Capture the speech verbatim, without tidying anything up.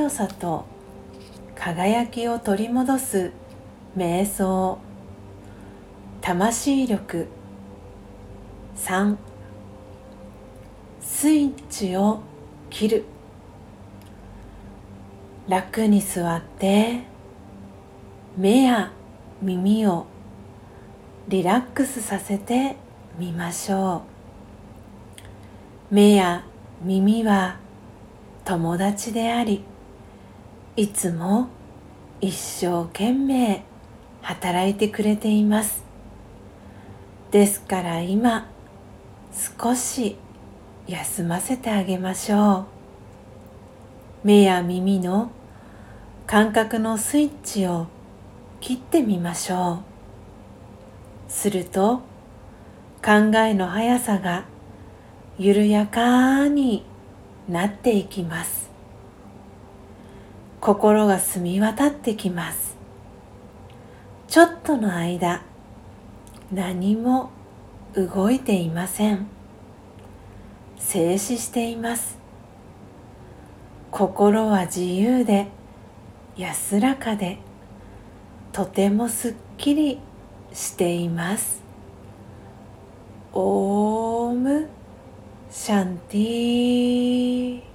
強さと輝きを取り戻す瞑想。魂力。さん、スイッチを切る。楽に座って目や耳をリラックスさせてみましょう。目や耳は友達であり、いつも一生懸命働いてくれています。ですから今少し休ませてあげましょう。目や耳の感覚のスイッチを切ってみましょう。すると考えの速さが緩やかになっていきます。心が澄み渡ってきます。ちょっとの間、何も動いていません。静止しています。心は自由で安らかで、とてもすっきりしています。オームシャンティー。